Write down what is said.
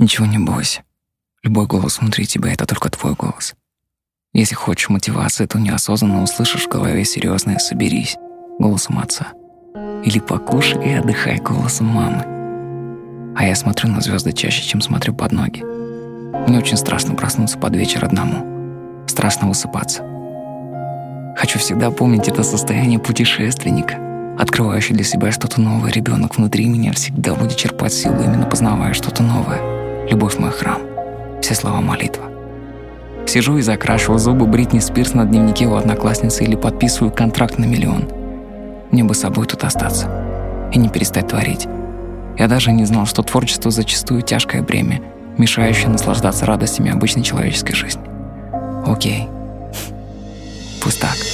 Ничего не бойся. Любой голос внутри тебя — это только твой голос. Если хочешь мотивации, то неосознанно услышишь в голове серьезное «соберись» голосом отца. Или покушай и отдыхай голосом мамы. А я смотрю на звезды чаще, чем смотрю под ноги. Мне очень страшно проснуться под вечер одному. Страшно высыпаться. Хочу всегда помнить это состояние путешественника, открывающий для себя что-то новое. Ребенок внутри меня всегда будет черпать силу, именно познавая что-то новое. Любовь — мой храм. Все слова — молитва. Сижу и закрашиваю зубы Бритни Спирс на дневнике у одноклассницы или подписываю контракт на 1 миллион. Мне бы с собой тут остаться и не перестать творить. Я даже не знал, что творчество зачастую тяжкое бремя, мешающее наслаждаться радостями обычной человеческой жизни. Окей. Пусть так.